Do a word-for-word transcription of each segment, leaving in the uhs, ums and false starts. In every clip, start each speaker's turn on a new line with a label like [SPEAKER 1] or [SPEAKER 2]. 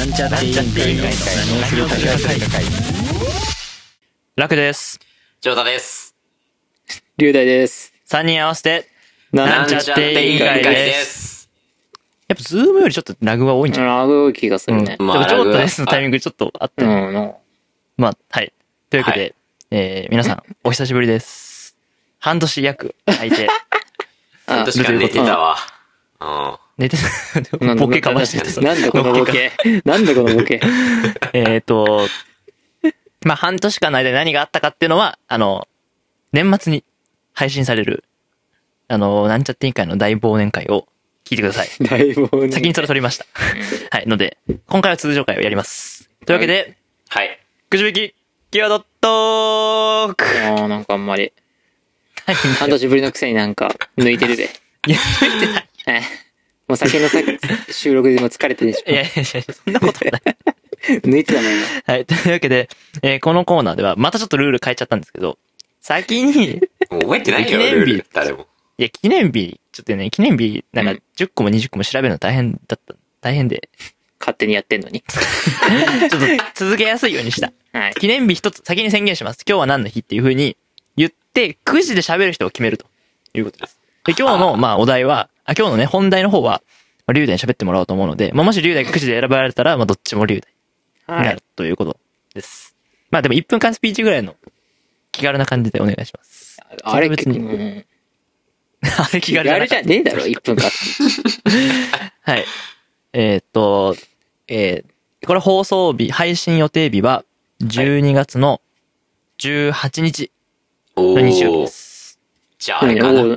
[SPEAKER 1] なんちゃって委員会の何をするか会。
[SPEAKER 2] 楽です。
[SPEAKER 3] ジョータです。
[SPEAKER 1] 龍大です。
[SPEAKER 2] さんにん合わせて
[SPEAKER 3] なんちゃって委員会です。
[SPEAKER 2] やっぱズームよりちょっとラグは多いんじゃない？
[SPEAKER 1] ラグ多い気がするね。
[SPEAKER 2] うん、まあ、ジョータですのタイミングちょっとあった。うん、まあはい。というわけで、はい、えー、皆さんお久しぶりです。半年約空いて。
[SPEAKER 3] 半年間寝てたわ。うん。
[SPEAKER 2] 寝てた。ボケかましてた。
[SPEAKER 1] なんだこのボケ。なんだこのボケ。
[SPEAKER 2] えっと、まあ半年間の間で何があったかっていうのは、あの、年末に配信される、あの、なんちゃって委員会の大忘年会を聞いてください。
[SPEAKER 1] 大忘年会。
[SPEAKER 2] 先にそれ撮りました。はい。ので、今回は通常回をやります。というわけで、
[SPEAKER 3] はい。
[SPEAKER 2] くじ引き、キーワードトーク。
[SPEAKER 1] ああ、なんかあんまり。半年ぶりのくせになんか抜いてるで。
[SPEAKER 2] いや、抜いてない。
[SPEAKER 1] もう先のさ収録でも疲れてるでしょ。
[SPEAKER 2] いやいやいや、そんなことない。
[SPEAKER 1] 抜いてたの今。
[SPEAKER 2] はい。というわけで、えー、このコーナーでは、またちょっとルール変えちゃったんですけど、先に、
[SPEAKER 3] もう覚えてないけど、ルール誰も。
[SPEAKER 2] いや、記念日、ちょっとね、記念日、なんかじゅっこもにじゅっこも調べるの大変だった。大変で。
[SPEAKER 1] 勝手にやってんのに。
[SPEAKER 2] ちょっと続けやすいようにした。
[SPEAKER 1] はい。
[SPEAKER 2] 記念日一つ先に宣言します。今日は何の日っていう風に言って、くじで喋る人を決めるということです。で、今日の、まあ、お題は、あ、今日のね、本題の方は、まあ、龍大に喋ってもらおうと思うので、まあ、もし龍大がくじで選ばれたら、まあ、どっちも龍大になるということです。はい、まあ、でもいっぷんかんスピーチぐらいの気軽な感じでお願いします。
[SPEAKER 1] あれ
[SPEAKER 2] 別に。
[SPEAKER 1] うん、
[SPEAKER 2] あれ気軽
[SPEAKER 1] じゃなかった。気軽じゃねえだろ、いっぷんかん。
[SPEAKER 2] はい。えー、っと、えー、これ放送日、配信予定日は、じゅうにがつのじゅうはちにちの日曜日です。
[SPEAKER 3] じゃあ、あれかな。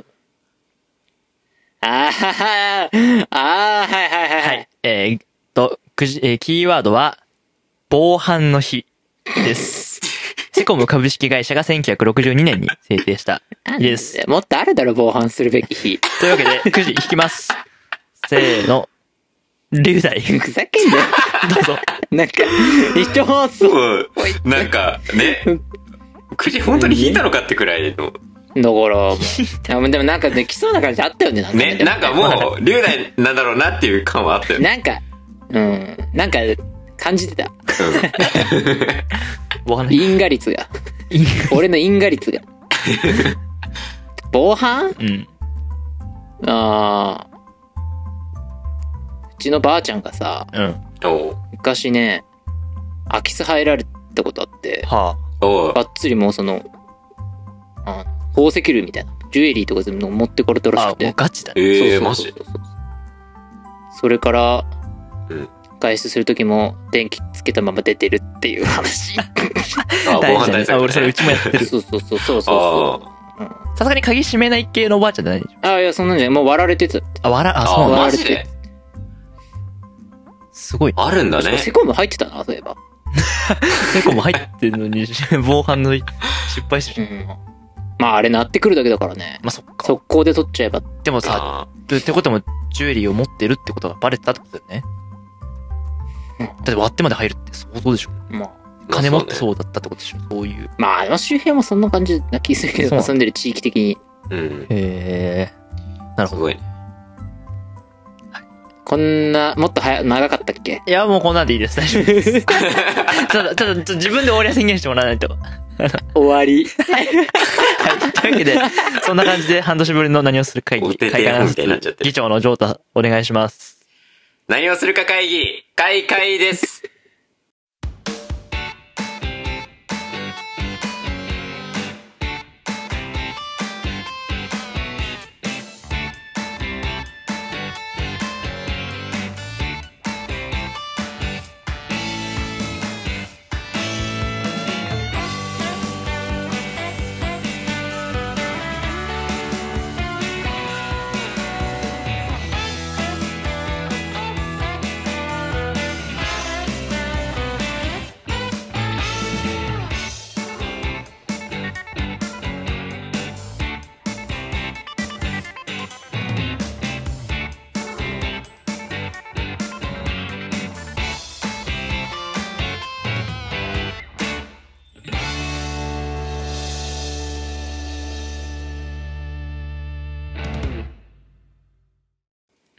[SPEAKER 1] ああ、ああ、はいはいはい。はい。
[SPEAKER 2] えー、っと、くじ、えー、キーワードは、防犯の日です。セコム株式会社がせんきゅうひゃくろくじゅうにねんに制定した日です。
[SPEAKER 1] もっとあるだろ、防犯するべき日。
[SPEAKER 2] というわけで、くじ引きます。せーの。龍大。
[SPEAKER 1] ふざけんなよ。
[SPEAKER 2] どうぞ。
[SPEAKER 1] なんか、一放送。
[SPEAKER 3] なんか、ね。くじ本当に引いたのかってくらいの。
[SPEAKER 1] だから、でもなんかできそうな感じあったよね。なんか
[SPEAKER 3] ね、なんかもう、龍大なんだろうなっていう感はあったよね。
[SPEAKER 1] なんか、うん、なんか、感じてた。
[SPEAKER 2] うん。
[SPEAKER 1] 因果率が。俺の因果率が。防犯？
[SPEAKER 2] うん。
[SPEAKER 1] ああ。うちのばあちゃんがさ、
[SPEAKER 2] うん。
[SPEAKER 1] 昔ね、空き巣入られたことあって、
[SPEAKER 2] は
[SPEAKER 1] あ、がっつりもうその、あ宝石類みたいな、ジュエリーとか全部持ってこれたらしくて。
[SPEAKER 2] あ、もうガチだね。
[SPEAKER 3] ええー、マジ？
[SPEAKER 1] それから、
[SPEAKER 3] うん、
[SPEAKER 1] 外出するときも電気つけたまま出てるっていう話。
[SPEAKER 3] あ、防犯対策、ね。
[SPEAKER 2] あ、俺それうちもやってる。
[SPEAKER 1] そうそうそうそうそう。
[SPEAKER 2] さすがに鍵閉めない系のおばあちゃんじゃないでしょ。
[SPEAKER 1] あ、いや、そんなんじゃない。もう割られてたって。
[SPEAKER 2] あ、割ら、あ、そうなんだ。
[SPEAKER 3] マジで？
[SPEAKER 2] すごい。
[SPEAKER 3] あるんだね。
[SPEAKER 1] セコム入ってたな、そういえば。
[SPEAKER 2] セコム入ってるのに、防犯の失敗する。
[SPEAKER 1] うん。まあ、あれ鳴ってくるだけだからね。
[SPEAKER 2] まあ、そっか。
[SPEAKER 1] 速攻で取っちゃえば。
[SPEAKER 2] でもさ、ってことも、ジュエリーを持ってるってことがバレてたってことだよね。うん、だって割ってまで入るって相当でしょ。
[SPEAKER 1] まあ。
[SPEAKER 2] 金持ってそうだったってことでしょ。そういう。
[SPEAKER 1] まあ、あの周辺もそんな感じな気するけど、住んでる地域的に。
[SPEAKER 3] うん。
[SPEAKER 2] へえ。なるほど。
[SPEAKER 3] すごいね。
[SPEAKER 1] こんな、もっと早、長かったっけ？
[SPEAKER 2] いや、もうこんなんでいいです。大丈夫です。ただ、ただ、自分で終わりは宣言してもらわないと。
[SPEAKER 1] 終わり。
[SPEAKER 2] はい。というわけで、そんな感じで半年ぶりの何をする会議、
[SPEAKER 3] 会議
[SPEAKER 2] 議長のジョータ、お願いします。
[SPEAKER 3] 何をするか会議、開会です。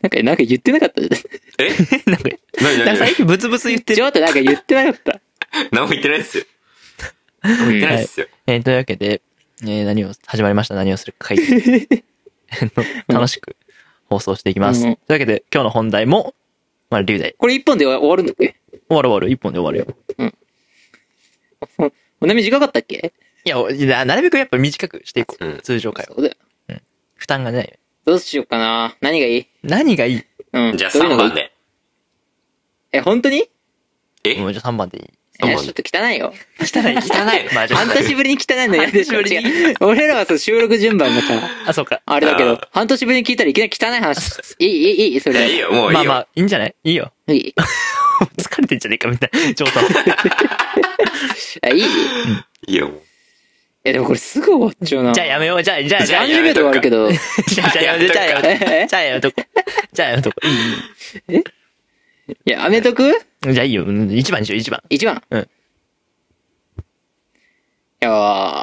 [SPEAKER 1] なんか、なんか言ってなかったじゃん。
[SPEAKER 3] え
[SPEAKER 2] なんか、
[SPEAKER 3] 何何
[SPEAKER 2] なんか最近ブツブツ言ってる。
[SPEAKER 1] ちょっとなんか言ってなかった。
[SPEAKER 3] 何も言ってないっすよ。何も言ってないっすよ。
[SPEAKER 2] えー、というわけで、えー、何を、始まりました。何をするか会議。楽しく放送していきます。
[SPEAKER 1] うん
[SPEAKER 2] というわけで、今日の本題も、まあ、龍大。
[SPEAKER 1] これ一本で終わるんだっけ？
[SPEAKER 2] 終わる終わる。一本で終わるよ。
[SPEAKER 1] おな短かったっけ？
[SPEAKER 2] いや、おななるべくやっぱ短くしていこう。
[SPEAKER 3] うん
[SPEAKER 2] 通常会話。
[SPEAKER 1] そうだよ。
[SPEAKER 2] 負担がないよ。
[SPEAKER 1] どうしようかな。何がいい？
[SPEAKER 2] 何がいい？
[SPEAKER 1] うん。
[SPEAKER 3] じゃあ3
[SPEAKER 1] どういうのがいい
[SPEAKER 3] 番で。
[SPEAKER 1] え、本当に？
[SPEAKER 3] え
[SPEAKER 2] もうじゃあさんばんでいい。
[SPEAKER 3] そう
[SPEAKER 1] え、ちょっと汚いよ。
[SPEAKER 2] 汚い。
[SPEAKER 3] 汚い
[SPEAKER 2] まあじゃあ
[SPEAKER 1] 半年ぶりに汚いのやでしょ。
[SPEAKER 2] 半年ぶりに
[SPEAKER 1] 違う。俺らはそう収録順番がさ、
[SPEAKER 2] あ、そうか。
[SPEAKER 1] あれだけど
[SPEAKER 3] あ、
[SPEAKER 1] 半年ぶりに聞いたらいきなり汚い話。いい、いい、いい、それ。
[SPEAKER 3] いやいいよ、もういいよ。
[SPEAKER 2] まあまあ、いいんじゃないいいよ。
[SPEAKER 1] いい。
[SPEAKER 2] 疲れてんじゃねえかみたいな状態。
[SPEAKER 1] あ、いい？
[SPEAKER 3] いいよ、もう。
[SPEAKER 1] え、でもこれすぐ終わっちゃうな。
[SPEAKER 2] じゃあやめよう。じゃあ、じゃあ、じゃあ、
[SPEAKER 1] さんじゅうびょうで終わるけど。
[SPEAKER 2] じゃあ、じゃあやめとこ。じゃあやめとこ。
[SPEAKER 1] え
[SPEAKER 2] じゃあやめとこ。じゃあやめとこ。いいい
[SPEAKER 1] いや、やめとく？
[SPEAKER 2] いじゃあいいよ。うん一番にしよう、一番。
[SPEAKER 1] 一番。
[SPEAKER 2] うん
[SPEAKER 1] いやー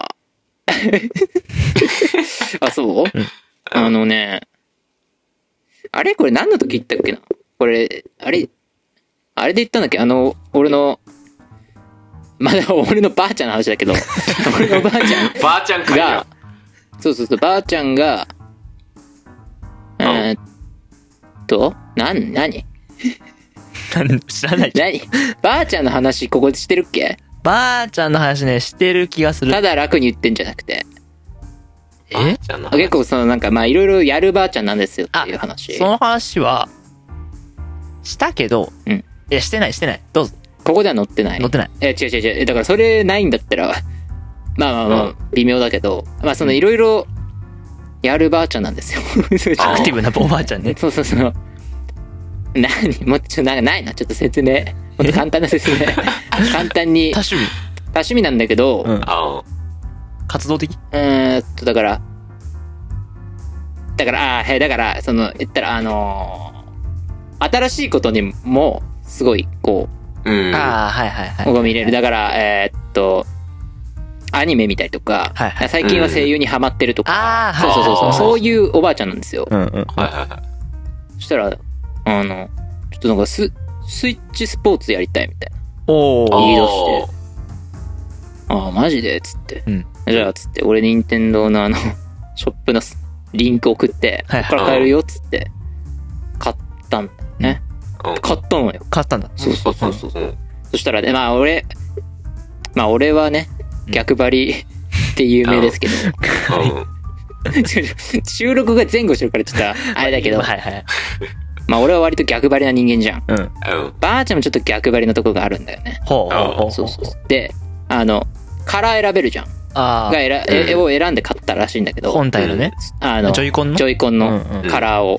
[SPEAKER 1] あ、そう、
[SPEAKER 2] うん
[SPEAKER 1] あのね、あれこれ何の時言ったっけなこれ、あれ、あれで言ったんだっけあの、俺の、まだ俺のばあちゃんの話だけど、俺のばあちゃん
[SPEAKER 3] ばあちゃん会
[SPEAKER 1] が
[SPEAKER 3] よ。、
[SPEAKER 1] そうそうそう、ばあちゃんが、えーっと、なん、何
[SPEAKER 2] なん知らない。
[SPEAKER 1] 何ばあちゃんの話ここでしてるっけ？
[SPEAKER 2] ばあちゃんの話ね、してる気がする。
[SPEAKER 1] ただ楽に言ってんじゃなくて。
[SPEAKER 3] ばあちゃんの話
[SPEAKER 1] 結構そのなんかまあいろいろやるばあちゃんなんですよっていう話。
[SPEAKER 2] その話は、したけど、
[SPEAKER 1] うん
[SPEAKER 2] いや、してない、してない。どうぞ。
[SPEAKER 1] ここでは載ってない。
[SPEAKER 2] 載ってない。
[SPEAKER 1] え、違う違う違う。えだからそれないんだったら、まあまあまあ
[SPEAKER 3] うん、
[SPEAKER 1] 微妙だけど、まあそのいろいろやるばあちゃんなんですよ。
[SPEAKER 2] アクティブなおばあちゃんね。
[SPEAKER 1] そうそうそう。何もうちょっとなんかないな。ちょっと説明。もっと簡単な説明。簡単に。
[SPEAKER 2] 多趣味。
[SPEAKER 1] 多趣味なんだけど、
[SPEAKER 2] うん
[SPEAKER 3] あ
[SPEAKER 2] 活動的
[SPEAKER 1] うーんと、だから、だから、あー、へだから、その、言ったら、あのー新しいことにも、すごい、こ
[SPEAKER 3] あ。うん。
[SPEAKER 2] ああ、はいはいは
[SPEAKER 1] う、
[SPEAKER 2] い。
[SPEAKER 1] を見れる。だから、えーっと、アニメ見たりとか、
[SPEAKER 2] はいはい
[SPEAKER 1] 最近は声優にハマってるとか、
[SPEAKER 2] ああ、
[SPEAKER 1] そうそうそうそう、
[SPEAKER 3] あー
[SPEAKER 1] そういうおばあちゃんなんですよ。
[SPEAKER 2] うんうん。
[SPEAKER 3] はいはいはい。
[SPEAKER 1] そしたら、あの、ちょっとなんかス、スイッチスポーツやりたいみたいな。
[SPEAKER 2] おー。
[SPEAKER 1] 言い出してああ、マジでつって。
[SPEAKER 2] うん
[SPEAKER 1] じゃあ、つって、俺、任天堂のあの、ショップのリンク送って、こ
[SPEAKER 2] はい
[SPEAKER 1] っから買えるよ、つって、買ったんだよね。
[SPEAKER 3] うん
[SPEAKER 1] 買ったのよ。
[SPEAKER 2] 変わったんだ。
[SPEAKER 1] そうそうそうそう。
[SPEAKER 3] うん。
[SPEAKER 1] そしたらね、まあ、俺、まあ、俺はね、逆張りって有名ですけど、
[SPEAKER 3] うん。
[SPEAKER 1] 収録が前後してるからちょっと、あれだけど、
[SPEAKER 2] はいはい。
[SPEAKER 1] まあ、俺は割と逆張りな人間じゃん。
[SPEAKER 2] うん。
[SPEAKER 3] うん。
[SPEAKER 1] ばあちゃんもちょっと逆張りのとこがあるんだよね。
[SPEAKER 2] ほうほうほう。
[SPEAKER 1] そうそうそう。で、あの、カラー選べるじゃん。
[SPEAKER 2] あ
[SPEAKER 1] が選
[SPEAKER 3] うん
[SPEAKER 1] えを選んで買ったらしいんだけ
[SPEAKER 2] あ、
[SPEAKER 1] ど、
[SPEAKER 2] 本体のね。
[SPEAKER 1] あの、
[SPEAKER 2] ジョイコンの
[SPEAKER 1] ジョイコンの
[SPEAKER 2] うんうん
[SPEAKER 1] カラーを、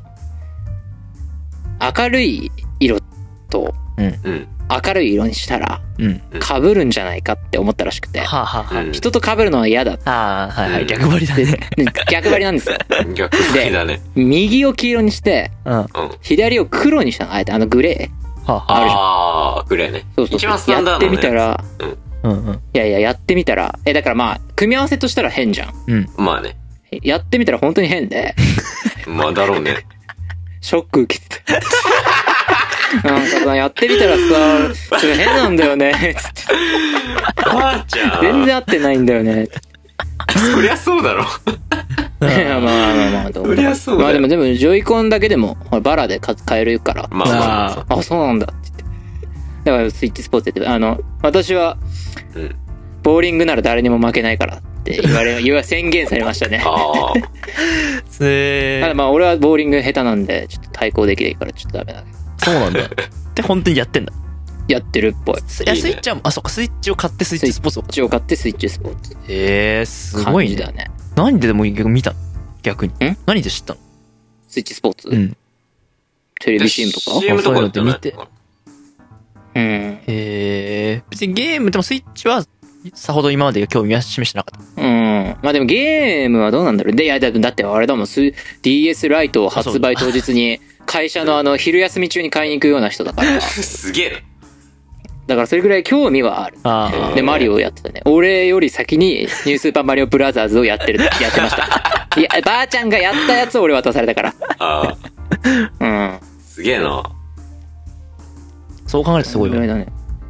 [SPEAKER 1] 明るい色と
[SPEAKER 3] うん。
[SPEAKER 1] 明るい色にしたら
[SPEAKER 2] うん。
[SPEAKER 1] 被るんじゃないかって思ったらしくて、
[SPEAKER 2] はあはあは
[SPEAKER 3] うん
[SPEAKER 1] 人と被るのは嫌だ。
[SPEAKER 2] あ。ああ、はいはい。
[SPEAKER 3] うん
[SPEAKER 2] 逆張りだね。
[SPEAKER 1] で逆張りなんですよ。
[SPEAKER 3] 逆にだね。
[SPEAKER 1] 右を黄色にして、
[SPEAKER 2] うん。は
[SPEAKER 3] うん。
[SPEAKER 1] 左を黒にしたの。あえてあのグレー。
[SPEAKER 2] あはあ。
[SPEAKER 1] あるじゃん
[SPEAKER 3] ああ、グレーね。
[SPEAKER 1] そうそう
[SPEAKER 3] 一番スタンダードのね
[SPEAKER 1] やってみたら、
[SPEAKER 2] うんうん。
[SPEAKER 1] いやいや、やってみたら、え、だからまあ、組み合わせとしたら変じゃん。
[SPEAKER 2] うん。
[SPEAKER 3] まあね。
[SPEAKER 1] やってみたら本当に変で、
[SPEAKER 3] まあだろうね。
[SPEAKER 1] ショック受けてた。なんかさ、やってみたらさ、ちょっと変なんだよね。つって
[SPEAKER 3] ばあちゃん。
[SPEAKER 1] 全然合ってないんだよね。
[SPEAKER 3] そりゃそうだろ。
[SPEAKER 1] いやまあまあまあ、どう
[SPEAKER 3] そりゃそうだよ
[SPEAKER 1] まあでも、でも、ジョイコンだけでも、ほらバラで買買えるから。
[SPEAKER 3] まあまあま
[SPEAKER 1] あ、そうなんだって言って。だから、スイッチスポーツやって、あの、私は、
[SPEAKER 3] あ。うん。
[SPEAKER 1] ボーリングなら誰にも負けないからって言われ、言わ宣言されましたね。
[SPEAKER 3] ああ。
[SPEAKER 2] せー。
[SPEAKER 1] ただまあ、俺はボーリング下手なんで、ちょっと対抗できないから、ちょっとダメだけど。
[SPEAKER 2] そうなんだ。で、本当にやってんだ。
[SPEAKER 1] やってるっぽい。
[SPEAKER 2] いや、
[SPEAKER 3] いいね
[SPEAKER 2] スイッチは、あ、そっか、スイッチを買ってスイッチスポーツを
[SPEAKER 1] スイッチを買ってスイッチスポーツ。
[SPEAKER 2] へえ、すごいね。
[SPEAKER 1] 感じだね。
[SPEAKER 2] 何ででも見たの逆に。
[SPEAKER 1] ん
[SPEAKER 2] 何で知ったの
[SPEAKER 1] スイッチスポーツ、
[SPEAKER 2] うん。
[SPEAKER 1] テレビ シーエム とか
[SPEAKER 3] シーエム とかやってない
[SPEAKER 2] そういうの
[SPEAKER 1] うん。
[SPEAKER 2] へえ。別にゲーム、でもスイッチは、さほど今まで興味は示してなかった。
[SPEAKER 1] うん。まあでもゲームはどうなんだろう。で、いや、だだってあれだもん、ス ディーエス ライトを発売当日に会社のあの昼休み中に買いに行くような人だから。
[SPEAKER 3] すげえな。
[SPEAKER 1] だからそれぐらい興味はある。
[SPEAKER 2] あ
[SPEAKER 1] で、マリオをやってたね。俺より先にニュースーパーマリオブラザーズをやってる、やってました。いや、ばあちゃんがやったやつを俺渡されたから。
[SPEAKER 3] あ
[SPEAKER 1] うん。
[SPEAKER 3] げえな。
[SPEAKER 2] そう考えるとすごいわ。
[SPEAKER 1] ぐらいだね。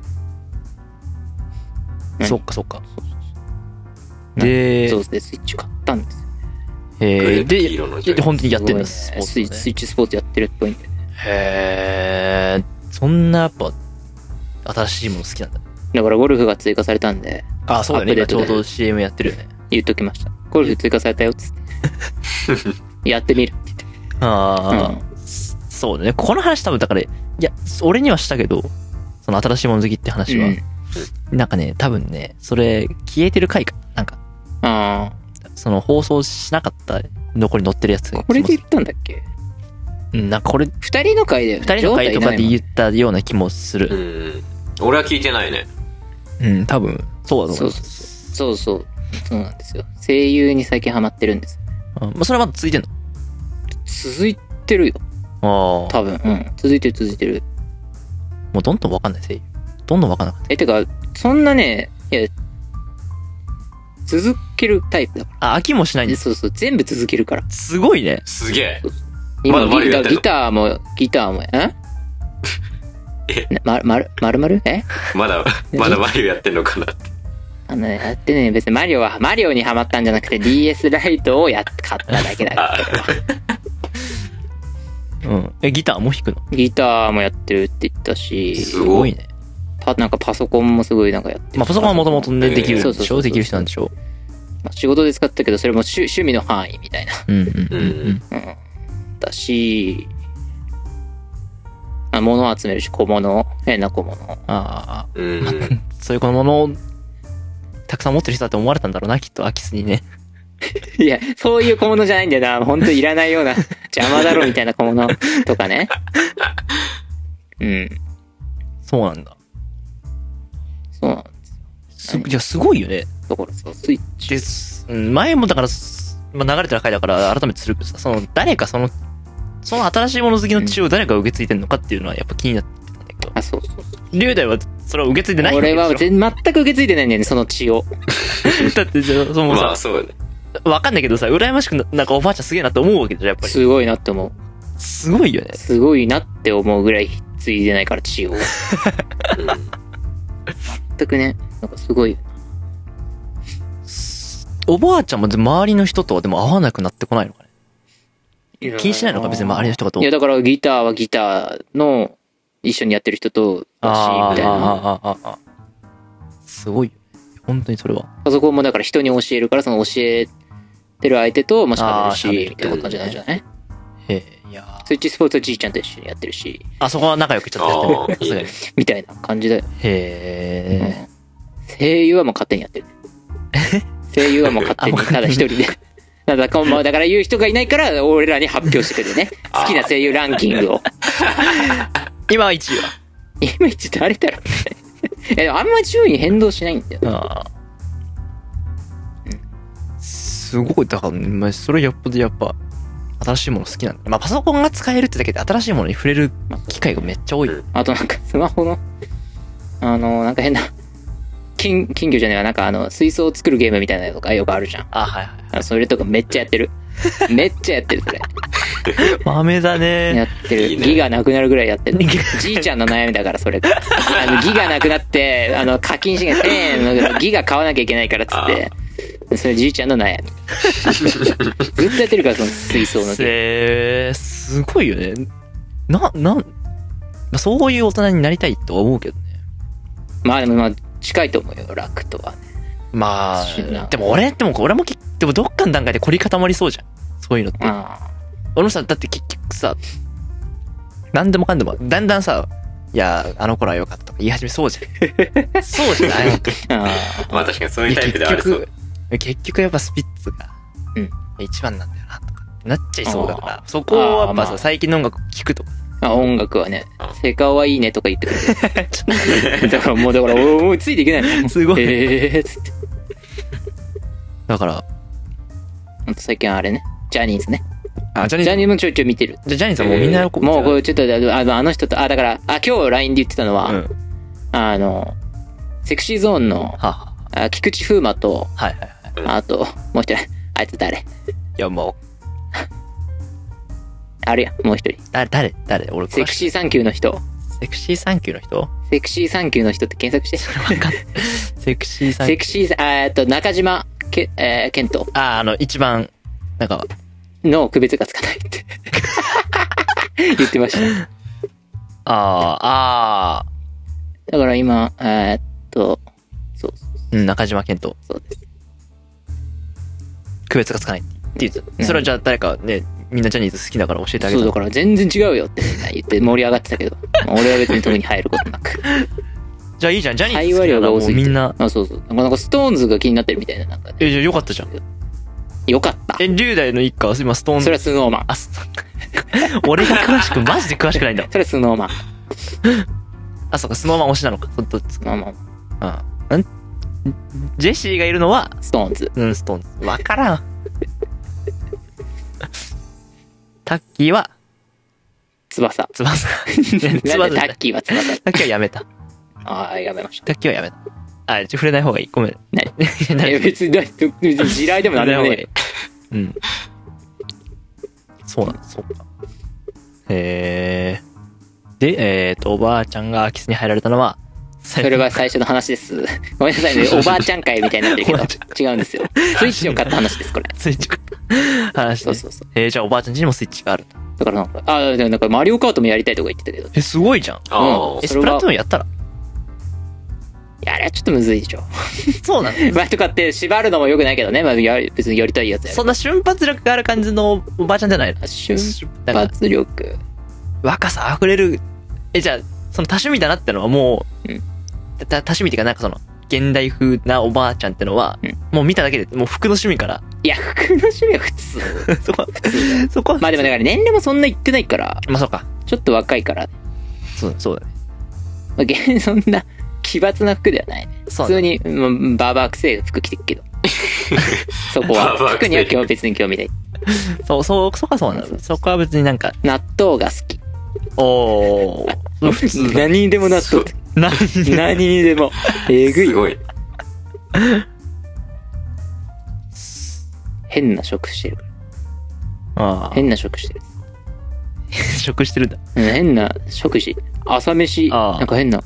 [SPEAKER 1] 何
[SPEAKER 2] そっかそっか。で、
[SPEAKER 1] そうです。スイッチ買ったんですよ。
[SPEAKER 2] えー、
[SPEAKER 3] グレープ
[SPEAKER 2] で、
[SPEAKER 3] 黄色のジョイ
[SPEAKER 2] で本当にやってるんだ、
[SPEAKER 1] すごいね
[SPEAKER 2] スポーツね
[SPEAKER 1] スイスイッチスポーツやってるっぽいんで。
[SPEAKER 2] へー、そんなやっぱ、新しいもの好きなんだ。
[SPEAKER 1] だからゴルフが追加されたんで、
[SPEAKER 2] あ、そうだね。
[SPEAKER 1] アップデートで
[SPEAKER 2] 今ちょうど シーエム やってるよね。
[SPEAKER 1] 言っときました。ゴルフ追加されたよっつって。やってみるって言って。
[SPEAKER 2] ああ、そうだね。この話多分だから、いや、俺にはしたけど、その新しいもの好きって話は、
[SPEAKER 1] うん
[SPEAKER 2] なんかね、多分ね、それ消えてる回か。なんか、
[SPEAKER 1] あ
[SPEAKER 2] その放送しなかった残り載ってるやつ。
[SPEAKER 1] あ。これで言ったんだっけ？
[SPEAKER 2] うん、なんかこれ、
[SPEAKER 1] 二人の回で、
[SPEAKER 2] 二人の回とかで言ったような気もす
[SPEAKER 3] う
[SPEAKER 2] る。
[SPEAKER 3] ん。俺は聞いてないね。
[SPEAKER 2] うん、多分、そうだと思いま
[SPEAKER 1] そうそう
[SPEAKER 2] す。
[SPEAKER 1] そう。そうそう。そうなんですよ。声優に最近ハマってるんです。
[SPEAKER 2] うんまあ、それはまだ続いてんの？
[SPEAKER 1] 続いてるよ。
[SPEAKER 2] ああ。
[SPEAKER 1] 多分。うん。続いてる続いてる。
[SPEAKER 2] もうどんどんわかんない声優。どんどんわかんなかった。
[SPEAKER 1] え、てか、そんなね、いや、続けるタイプだか
[SPEAKER 2] あ、飽きもしないん
[SPEAKER 1] ら。
[SPEAKER 2] です。
[SPEAKER 1] そうそう。全部続けるから。
[SPEAKER 2] すごいね。
[SPEAKER 3] すげえ。
[SPEAKER 1] 今、
[SPEAKER 3] まだマリオやってんの
[SPEAKER 1] ギターも、ギターも、え
[SPEAKER 3] え
[SPEAKER 1] ま、まる、まるまるえ
[SPEAKER 3] まだ、まだマリオやってんのかなって。
[SPEAKER 1] あのね、やってね、別にマリオは、マリオにハマったんじゃなくて ディーエス ライトをやっ、買っただけだ
[SPEAKER 3] あ
[SPEAKER 2] うん。え、ギターも弾くの？
[SPEAKER 1] ギターもやってるって言ったし、
[SPEAKER 3] すごい
[SPEAKER 2] ね。
[SPEAKER 1] パ、なんかパソコンもすごいなんかやってる。
[SPEAKER 2] まあ、パソコンはもともとね、
[SPEAKER 3] えー
[SPEAKER 2] できるんで
[SPEAKER 1] そうそうそうそう
[SPEAKER 2] しょ？できる人なんでしょ？
[SPEAKER 1] まあ仕事で使ったけど、それも趣趣味の範囲みたいな。
[SPEAKER 2] うんうんうん
[SPEAKER 3] う
[SPEAKER 2] うんん。
[SPEAKER 1] だし、あ物を集めるし、小物、変な小物。
[SPEAKER 2] ああ、
[SPEAKER 3] うん。
[SPEAKER 2] そういうこのものを、たくさん持ってる人だと思われたんだろうな、きっと、空き巣にね。
[SPEAKER 1] いや、そういう小物じゃないんだよな。ほんといらないような邪魔だろみたいな小物とかね。うん。
[SPEAKER 2] そうなんだ。
[SPEAKER 1] そうなんです
[SPEAKER 2] す、いや、すごいよね。
[SPEAKER 1] だからさ、スイッチ。
[SPEAKER 2] です。うん前もだから、すまあ、流れてる回だから改めてするけどさ、その、誰かその、その新しいもの好きの血を誰かが受け継いでんのかっていうのはやっぱ気になってたんだけど、
[SPEAKER 1] あ、そうそうそう。
[SPEAKER 2] 龍大はそれを受け継いでないわけ
[SPEAKER 1] 俺
[SPEAKER 2] でしょ
[SPEAKER 1] は全全く受け継いでないんだよね、その血を。
[SPEAKER 2] だって、じゃあ、そのさ、
[SPEAKER 3] まあそうね。
[SPEAKER 2] わかんないけどさ、羨ましくな、なんかおばあちゃんすげえなって思うわけじゃん、やっぱり。
[SPEAKER 1] すごいなって思う。
[SPEAKER 2] すごいよね。
[SPEAKER 1] すごいなって思うぐらい継いでないから血を。
[SPEAKER 3] うん
[SPEAKER 1] 全くね、なんかすごい。
[SPEAKER 2] おばあちゃんも周りの人とはでも会わなくなってこないのかね。気にしないのか別に周りの人がどう
[SPEAKER 1] いや、だからギターはギターの一緒にやってる人とだし、
[SPEAKER 2] あー
[SPEAKER 1] みたいな。
[SPEAKER 2] あーあーあーあーすごいよね。本当にそれは。
[SPEAKER 1] パソコンもだから人に教えるから、その教えてる相手とも喋るし、
[SPEAKER 2] あー喋る
[SPEAKER 1] みたいな感じなんじゃない？
[SPEAKER 2] へえ、いやー
[SPEAKER 1] スイッチスポーツはじいちゃんと一緒にやってるし、
[SPEAKER 2] あそこは仲良くちょっとやってる。
[SPEAKER 3] あー
[SPEAKER 2] さすがに
[SPEAKER 1] みたいな感じだよ。
[SPEAKER 2] へえ。
[SPEAKER 1] 声優はもう勝手にやってる。声優はもう勝手に、
[SPEAKER 2] あもう勝手に
[SPEAKER 1] ただ一人で。だから、こうまあだから言う人がいないから、俺らに発表してくれるね。好きな声優ランキングを。
[SPEAKER 2] 今はいちいは。
[SPEAKER 1] 今一誰だろうえ、でもあんま順位変動しないんだよ。
[SPEAKER 2] ああ。すごい、だから、まあ、それよっぽどやっぱ、新しいもの好きなんだ。まあ、パソコンが使えるってだけで新しいものに触れる機会がめっちゃ多い。
[SPEAKER 1] あとなんかスマホの、あの、なんか変な、金、金魚じゃねえわ、なんかあの、水槽を作るゲームみたいなのとかよくあるじゃん。
[SPEAKER 2] あ、はいはい。
[SPEAKER 1] あそれとかめっちゃやってる。めっちゃやってる、それ。
[SPEAKER 2] 豆だ
[SPEAKER 1] や
[SPEAKER 2] ね。
[SPEAKER 1] ってる。
[SPEAKER 3] いいね
[SPEAKER 1] ギガなくなるぐらいやってる。じいちゃんの悩みだから、それが。あの、ギガなくなって、あの、課金資源せんえんのギガ買わなきゃいけないからっつって。それじいちゃんの悩み。ずっとやってるから、その水槽のゲーム。
[SPEAKER 2] えー、すごいよね。な、なん、まあ、そういう大人になりたいとは思うけどね。
[SPEAKER 1] まあでもまあ、近いと思うよ、楽とはね。
[SPEAKER 2] ま
[SPEAKER 1] 知らん
[SPEAKER 2] あ、でも俺、でも俺もき、でもどっかの段階で凝り固まりそうじゃん。そういうのって。
[SPEAKER 1] あ
[SPEAKER 2] 俺もさ、だって結局さ、何でもかんでも、だんだんさ、いや、あの頃は良かったとか言い始めそうじゃん。そうじゃない
[SPEAKER 1] あ。あ
[SPEAKER 3] まあ確かにそういうタイプではありそう。
[SPEAKER 2] 結局、結局やっぱスピッツが
[SPEAKER 1] うん、
[SPEAKER 2] 一番なんだよな、とかってなっちゃいそうだから、そこをやっぱさ、
[SPEAKER 1] あーまあ
[SPEAKER 2] 最近の音楽聴くとか。
[SPEAKER 1] あ。音楽はね
[SPEAKER 3] あ、
[SPEAKER 1] セカオはいいねとか言ってくれる。だからもう、だから、おもうついていけないの。
[SPEAKER 2] すごい
[SPEAKER 1] ええー、つって。
[SPEAKER 2] だから、
[SPEAKER 1] ほんと最近あれね、ジャニーズね。
[SPEAKER 2] あ、ジャニーズ
[SPEAKER 1] ジャニーズもちょいちょい見てる。
[SPEAKER 2] じゃあジャニーズはもうみんな喜ぶ。
[SPEAKER 1] もうこれちょっと、あの、あの人と、あ、だから、あ、今日 ライン で言ってたのは、
[SPEAKER 2] うん。は
[SPEAKER 1] あの、セクシーゾーンの、
[SPEAKER 2] あは
[SPEAKER 1] あ菊池風磨と、
[SPEAKER 2] あはいはいはい。
[SPEAKER 1] あと、もう一人、あいつ誰
[SPEAKER 2] いやも
[SPEAKER 1] あるやん、もう一人。
[SPEAKER 2] 誰、誰、誰俺、
[SPEAKER 1] セクシーサンキューの人。
[SPEAKER 2] セクシーサンキューの人
[SPEAKER 1] セクシーサンキューの人って検索して。
[SPEAKER 2] セクシーサンキュー。
[SPEAKER 1] セクシーさ、えーっと、中島け、えー、ケント
[SPEAKER 2] あー、あの、一番、なんか、
[SPEAKER 1] の区別がつかないって。言ってました。
[SPEAKER 2] あー、あ
[SPEAKER 1] だから今、えーっと、そうそう
[SPEAKER 2] ー、うん、中島健人。
[SPEAKER 1] そうです。
[SPEAKER 2] 区別がつかないって言ってた。それはじゃあ誰かね、みんなジャニーズ好きだから教えてあげた。
[SPEAKER 1] そうだから全然違うよって言って盛り上がってたけど、俺は別に特に入ることなく。
[SPEAKER 2] じゃあいいじゃん、ジャニー
[SPEAKER 1] 会
[SPEAKER 2] ズ好きならも
[SPEAKER 1] 話量が多すぎて。
[SPEAKER 2] うみんな。
[SPEAKER 1] あ、そうそう。なんかなんかストーンズが気になってるみたいな、なんかね。
[SPEAKER 2] え、じゃあよかったじゃん。
[SPEAKER 1] よかった。
[SPEAKER 2] え、龍大の一家は今ストーンズ。
[SPEAKER 1] それはスノーマン。
[SPEAKER 2] あ、す俺が詳しく、マジで詳しくないんだ。
[SPEAKER 1] それはスノーマン。
[SPEAKER 2] あ、そうか、スノーマン推しなのか。そっと
[SPEAKER 1] スノーマン。
[SPEAKER 2] うん。んジェシーがいるのは、
[SPEAKER 1] ストーンズ。
[SPEAKER 2] うん、ストーンズ。わからん。タッキーは、
[SPEAKER 1] 翼。
[SPEAKER 2] 翼。
[SPEAKER 1] なんで
[SPEAKER 2] 翼
[SPEAKER 1] タッキーは翼。
[SPEAKER 2] タッキーはやめた。
[SPEAKER 1] ああ、やめました。
[SPEAKER 2] タッキーはやめた。あ、ちょ、触れない方がいい。ごめん。
[SPEAKER 1] 何
[SPEAKER 2] 何
[SPEAKER 1] いや別に、別に地雷でもなんでもねえ。
[SPEAKER 2] うん。そうなんだ、そうか。へえ。で、えっと、おばあちゃんが空き巣に入られたのは、
[SPEAKER 1] それは最初の話です。ごめんなさいね。おばあちゃん会みたいになってるけど、違うんですよ。スイッチを買った話です、これ。
[SPEAKER 2] スイッチか。話ね。
[SPEAKER 1] そうそうそう。
[SPEAKER 2] えー、じゃあおばあちゃん家にもスイッチがあると。
[SPEAKER 1] だからなんか、ああ、でもなんかマリオカートもやりたいとか言ってたけど。
[SPEAKER 2] え、すごいじゃん。
[SPEAKER 3] あ
[SPEAKER 1] うん
[SPEAKER 2] え、スプラトゥーンやったら
[SPEAKER 1] いや、あれはちょっとむずいでしょ。
[SPEAKER 2] そうなの
[SPEAKER 1] まあ、とかって縛るのも良くないけどね。まあ、や別にやりたいやつやる。
[SPEAKER 2] そんな瞬発力がある感じのおばあちゃんじゃないの
[SPEAKER 1] 瞬
[SPEAKER 2] なんか
[SPEAKER 1] 発力。
[SPEAKER 2] 若さ溢れる。え、じゃあ、その多趣味だなってのはもう、
[SPEAKER 1] うん
[SPEAKER 2] た多趣味っていうかなんかその、現代風なおばあちゃんってのは、
[SPEAKER 1] うん
[SPEAKER 2] もう見ただけで、もう服の趣味から、
[SPEAKER 1] いや、服の趣味は普通。
[SPEAKER 2] そこは、そこは、
[SPEAKER 1] まあでもだから年齢もそんな言ってないから、
[SPEAKER 2] まあそうか。
[SPEAKER 1] ちょっと若いから、
[SPEAKER 2] そう、そうだね。
[SPEAKER 1] まあ、げそんな奇抜な服ではないね。
[SPEAKER 2] そう
[SPEAKER 1] 普通に、まあ、バーバーくせえ服着てるけど。そこは
[SPEAKER 3] バーバーくせえ
[SPEAKER 1] 服には今日別に興味ない。
[SPEAKER 2] そう、そう、そこはそうなんです。そこは別になんか、
[SPEAKER 1] 納豆が好き。
[SPEAKER 2] おー、普通だ。
[SPEAKER 1] 何にでも納豆。
[SPEAKER 2] 何
[SPEAKER 1] 何にでも。えぐい
[SPEAKER 3] す。ごい。
[SPEAKER 1] 変な食してるから。
[SPEAKER 2] ああ、
[SPEAKER 1] 変な食してる。
[SPEAKER 2] 食してるんだ。
[SPEAKER 1] うん変な食事。朝飯、
[SPEAKER 2] ああ
[SPEAKER 1] なんか変な。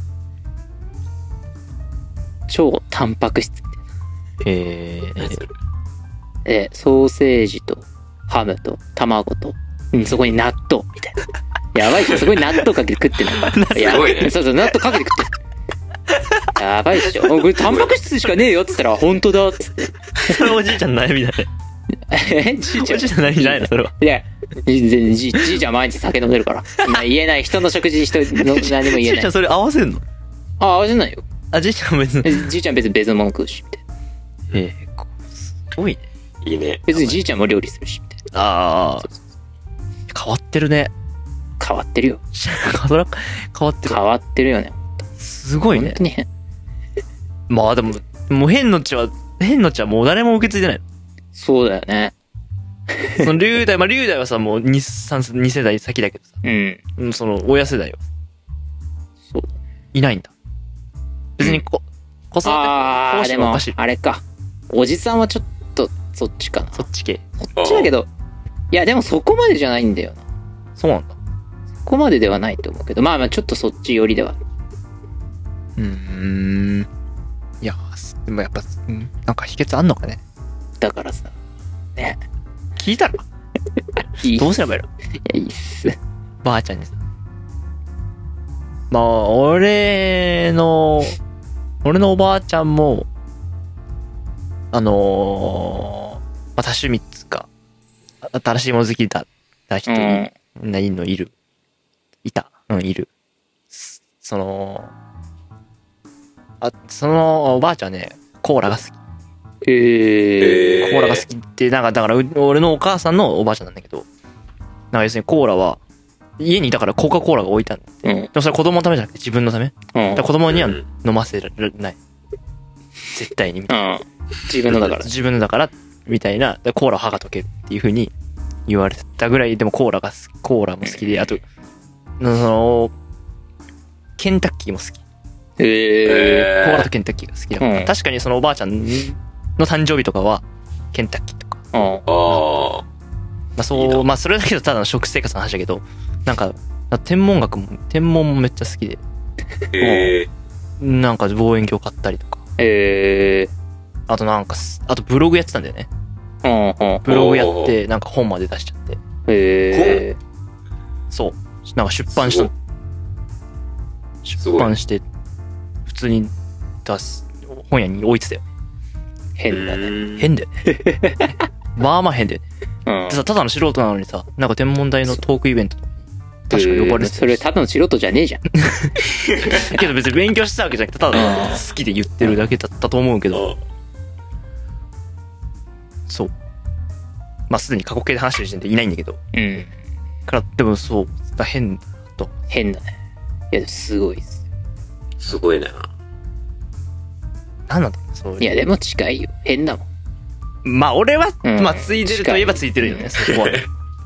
[SPEAKER 1] 超タンパク質みたいな。
[SPEAKER 2] へえ。
[SPEAKER 3] 何それ
[SPEAKER 1] え、ソーセージとハムと卵と、うん、そこに納豆みたいな。やばいっしょ、そこに納豆かけて食ってんの。いや
[SPEAKER 3] すごいね
[SPEAKER 1] そうそう、納豆かけて食ってる。やばいっしょ。おこれタンパク質しかねえよっつったら、本当だっつって。
[SPEAKER 2] それおじいちゃんの悩みだね。
[SPEAKER 1] え、じいちゃん。
[SPEAKER 2] おじいちゃんの悩みじゃないのそれは。
[SPEAKER 1] いや、じじじじいちゃん毎日酒飲んでるから。まあ言えない。人の食事人の何も言えない
[SPEAKER 2] じいちゃん。それ合わせんの
[SPEAKER 1] あ、合わせないよ。
[SPEAKER 2] あ、じいちゃんは別に。
[SPEAKER 1] えじいちゃん別に別のもの食うし、みたいな。
[SPEAKER 2] ええ、こうすごいね。
[SPEAKER 3] いいね。
[SPEAKER 1] 別にじいちゃんも料理するし、みたいな。
[SPEAKER 2] ああ。変わってるね。
[SPEAKER 1] 変わってるよ。
[SPEAKER 2] それは変わってる
[SPEAKER 1] 変。わってるよね。
[SPEAKER 2] すごいね
[SPEAKER 1] 本当。に変。
[SPEAKER 2] まあでも、もう変の血は、変の血はもう誰も受け継いでない
[SPEAKER 1] そうだよね。
[SPEAKER 2] の。その龍大、まあ龍大はさ、もうに、三世、二世代先だけどさ、
[SPEAKER 1] うん。
[SPEAKER 2] うんその親世代は
[SPEAKER 1] そう。
[SPEAKER 2] いないんだ。別にこ、子育て
[SPEAKER 1] あー、でも
[SPEAKER 2] 方針はおかしい、。
[SPEAKER 1] あれか。おじさんはちょっと、そっちかな。
[SPEAKER 2] そっち系。
[SPEAKER 1] そっちだけど、いや、でもそこまでじゃないんだよな。
[SPEAKER 2] そうなんだ。
[SPEAKER 1] そこまでではないと思うけど、まあまあちょっとそっち寄りではある。
[SPEAKER 2] うーん。いや、すでもやっぱ、うんなんか秘訣あんのかね。
[SPEAKER 1] だからさ、ね。
[SPEAKER 2] 聞いたら
[SPEAKER 1] いいっす。
[SPEAKER 2] どうすればいいの
[SPEAKER 1] いや、いいっす。
[SPEAKER 2] ばあちゃんにさ。まあ、俺の、俺のおばあちゃんも、あのー、まあ、多趣味っつうか、あ新しいもの好きだった人い,、
[SPEAKER 1] うん
[SPEAKER 2] いのいる。いた。うん、いる。すその、あ、そのおばあちゃんね、コーラが好き。
[SPEAKER 1] へえ。
[SPEAKER 2] コーラが好きって、なんか、だから、う俺のお母さんのおばあちゃんなんだけど、なんか要するにコーラは、家にだからコカ・コーラが置いてあるの。
[SPEAKER 1] うん。
[SPEAKER 2] でもそれ子供のためじゃなくて自分のため。だ
[SPEAKER 1] うん
[SPEAKER 2] から子供には
[SPEAKER 3] うん
[SPEAKER 2] 飲ませられない。絶対にみたいな。
[SPEAKER 1] うん。自分のだから。
[SPEAKER 2] 自分のだから、みたいな、でコーラ歯が溶けるっていう風に言われたぐらい、でもコーラが好き、コーラも好きで、あと、その、ケンタッキーも好き。
[SPEAKER 1] へえ。
[SPEAKER 2] コーラとケンタッキーが好きだから、
[SPEAKER 1] うん
[SPEAKER 2] 確かにそのおばあちゃんの誕生日とかは、ケンタッキーとか。
[SPEAKER 1] うん。
[SPEAKER 3] ああ。
[SPEAKER 2] あそう、まあそれだけどただの食生活の話だけど、なんか、天文学も、天文もめっちゃ好きで、
[SPEAKER 3] へえ。
[SPEAKER 2] なんか望遠鏡買ったりとか、
[SPEAKER 1] え
[SPEAKER 2] あとなんかす、あとブログやってたんだよね。
[SPEAKER 1] ー。うんうん。
[SPEAKER 2] ブログやって、なんか本まで出しちゃって。
[SPEAKER 1] え
[SPEAKER 2] そう。なんか出版したの。出版して、普通に出す、本屋に置いてたよ。
[SPEAKER 1] ー。変だね。
[SPEAKER 3] ね。
[SPEAKER 2] 変だよね。まあまあ変だよね。
[SPEAKER 1] うん
[SPEAKER 2] で。さ、ただの素人なのにさ、なんか天文台のトークイベントとかに確か呼ばれてた
[SPEAKER 1] それただの素人じゃねえじゃん。
[SPEAKER 2] けど別に勉強してたわけじゃなくて、ただ好きで言ってるだけだったと思うけど、そう。まあすでに過去形で話してる時点でいないんだけど、
[SPEAKER 1] うん。
[SPEAKER 2] から、でもそう、だ変だと。
[SPEAKER 1] 変だね。いや、すごいっす。
[SPEAKER 3] すごいな。
[SPEAKER 2] なんなんだろうね、そういう。
[SPEAKER 1] いや、でも近いよ。変だもん。
[SPEAKER 2] まあ俺は、
[SPEAKER 1] うん
[SPEAKER 2] まあついてるといえばついてるよね、そこはね。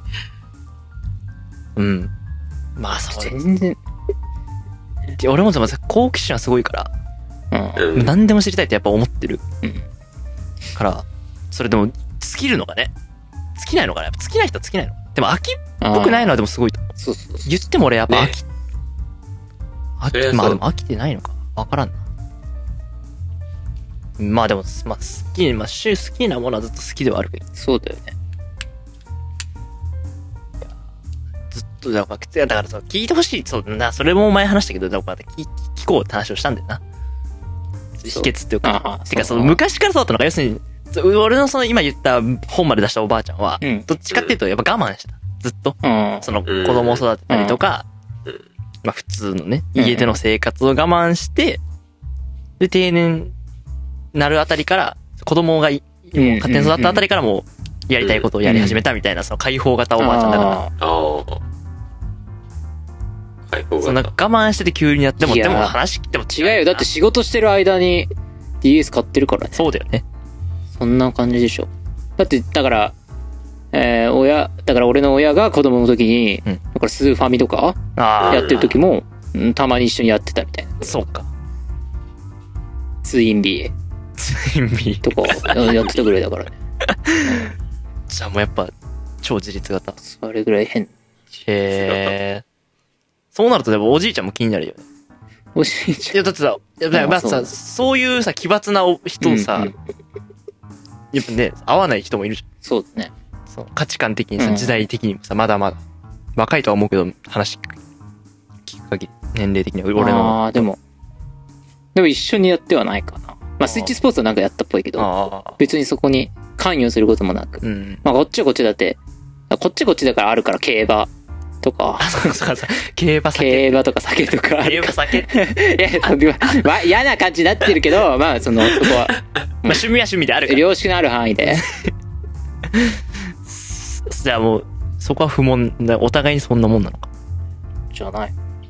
[SPEAKER 2] うん。まあそう。
[SPEAKER 1] 全然。
[SPEAKER 2] で俺もさ、まず好奇心はすごいから、
[SPEAKER 1] うん。
[SPEAKER 3] うん。
[SPEAKER 2] 何でも知りたいってやっぱ思ってる
[SPEAKER 1] うん。
[SPEAKER 2] から、それでも尽きるのかね。尽きないのかな、やっぱ尽きない人は尽きないの。でも飽きっぽくないのはでもすごいと思う。
[SPEAKER 1] そうそうそう。
[SPEAKER 2] 言っても俺やっぱ飽き、
[SPEAKER 3] ね
[SPEAKER 2] 飽
[SPEAKER 3] そりゃそう
[SPEAKER 2] き、まあでも飽きてないのか。わからんな。まあでも、まあ好き、まあ週好きなものはずっと好きではあるけど、
[SPEAKER 1] そうだよね。
[SPEAKER 2] ずっと、だから、だからさ、聞いてほしい。そうな、それも前話したけど、だから聞聞こうって話をしたんだよな。秘訣っていう
[SPEAKER 1] あ
[SPEAKER 2] か
[SPEAKER 1] あ、
[SPEAKER 2] てかその
[SPEAKER 1] そう
[SPEAKER 2] 昔からそうだったのか、要するに、そう俺のその今言った本まで出したおばあちゃんは、
[SPEAKER 1] うん
[SPEAKER 2] どっちかっていうとやっぱ我慢してた。ずっと。
[SPEAKER 1] うん。
[SPEAKER 2] その子供を育てたりとか、
[SPEAKER 3] うん
[SPEAKER 2] まあ普通のね、
[SPEAKER 1] うん
[SPEAKER 2] 家での生活を我慢して、で、定年なるあたりから、子供がいもう
[SPEAKER 1] うん
[SPEAKER 2] 勝手に育ったあたりからもう、やりたいことをやり始めたみたいな、その解放型おばあちゃんだから、
[SPEAKER 1] あ
[SPEAKER 3] ああ。解放
[SPEAKER 2] そんな
[SPEAKER 3] 型。
[SPEAKER 2] 我慢してて急にやっても、
[SPEAKER 1] いや
[SPEAKER 2] でも話聞いても
[SPEAKER 1] ー違うよ。だって仕事してる間に ディーエス 買ってるからね。
[SPEAKER 2] そうだよね。
[SPEAKER 1] そんな感じでしょ。だって、だから、えー、親、だから俺の親が子供の時に、
[SPEAKER 2] うん
[SPEAKER 1] だからスーファミとか
[SPEAKER 2] ああ、
[SPEAKER 1] やってる時も、うんたまに一緒にやってたみたいな。
[SPEAKER 2] そうか。
[SPEAKER 1] ツインビー
[SPEAKER 2] ツインビー。
[SPEAKER 1] とかうんやってたぐらいだからね。
[SPEAKER 2] じゃあもうやっぱ、超自立型。
[SPEAKER 1] それぐらい変。
[SPEAKER 2] へえ。そうなるとでもおじいちゃんも気になるよね。
[SPEAKER 1] おじいちゃん。
[SPEAKER 2] いやだってさ、いやだからまあさ、
[SPEAKER 1] そう
[SPEAKER 2] そういうさ、奇抜なお人をさ、
[SPEAKER 1] うんうん
[SPEAKER 2] やっぱね、合わない人もいるじゃん。
[SPEAKER 1] そうだね。
[SPEAKER 2] そう価値観的にさ、
[SPEAKER 1] うん
[SPEAKER 2] 時代的にもさ、まだまだ。若いとは思うけど、話聞く聞く限り、年齢的には俺の。
[SPEAKER 1] ああ、でも、でも一緒にやってはないかな。まあ、スイッチスポーツはなんかやったっぽいけど、
[SPEAKER 2] ああ。
[SPEAKER 1] 別にそこに関与することもなく。
[SPEAKER 2] うん。
[SPEAKER 1] まあ、こっちはこっちだって、こっちはこっちだからあるから、競馬とか、
[SPEAKER 2] あ、そうそうそう。競馬酒。
[SPEAKER 1] 競馬とか酒とかあ
[SPEAKER 2] 競
[SPEAKER 1] るか
[SPEAKER 2] 馬酒。
[SPEAKER 1] ら。いや、そんなまあ、嫌な感じになってるけど、まあ、その、そこは、
[SPEAKER 2] まあ趣味は趣味であるから。
[SPEAKER 1] 良識のある範囲で。
[SPEAKER 2] じゃあもう、そこは不問だ。お互いにそんなもんなのか。
[SPEAKER 1] じゃない。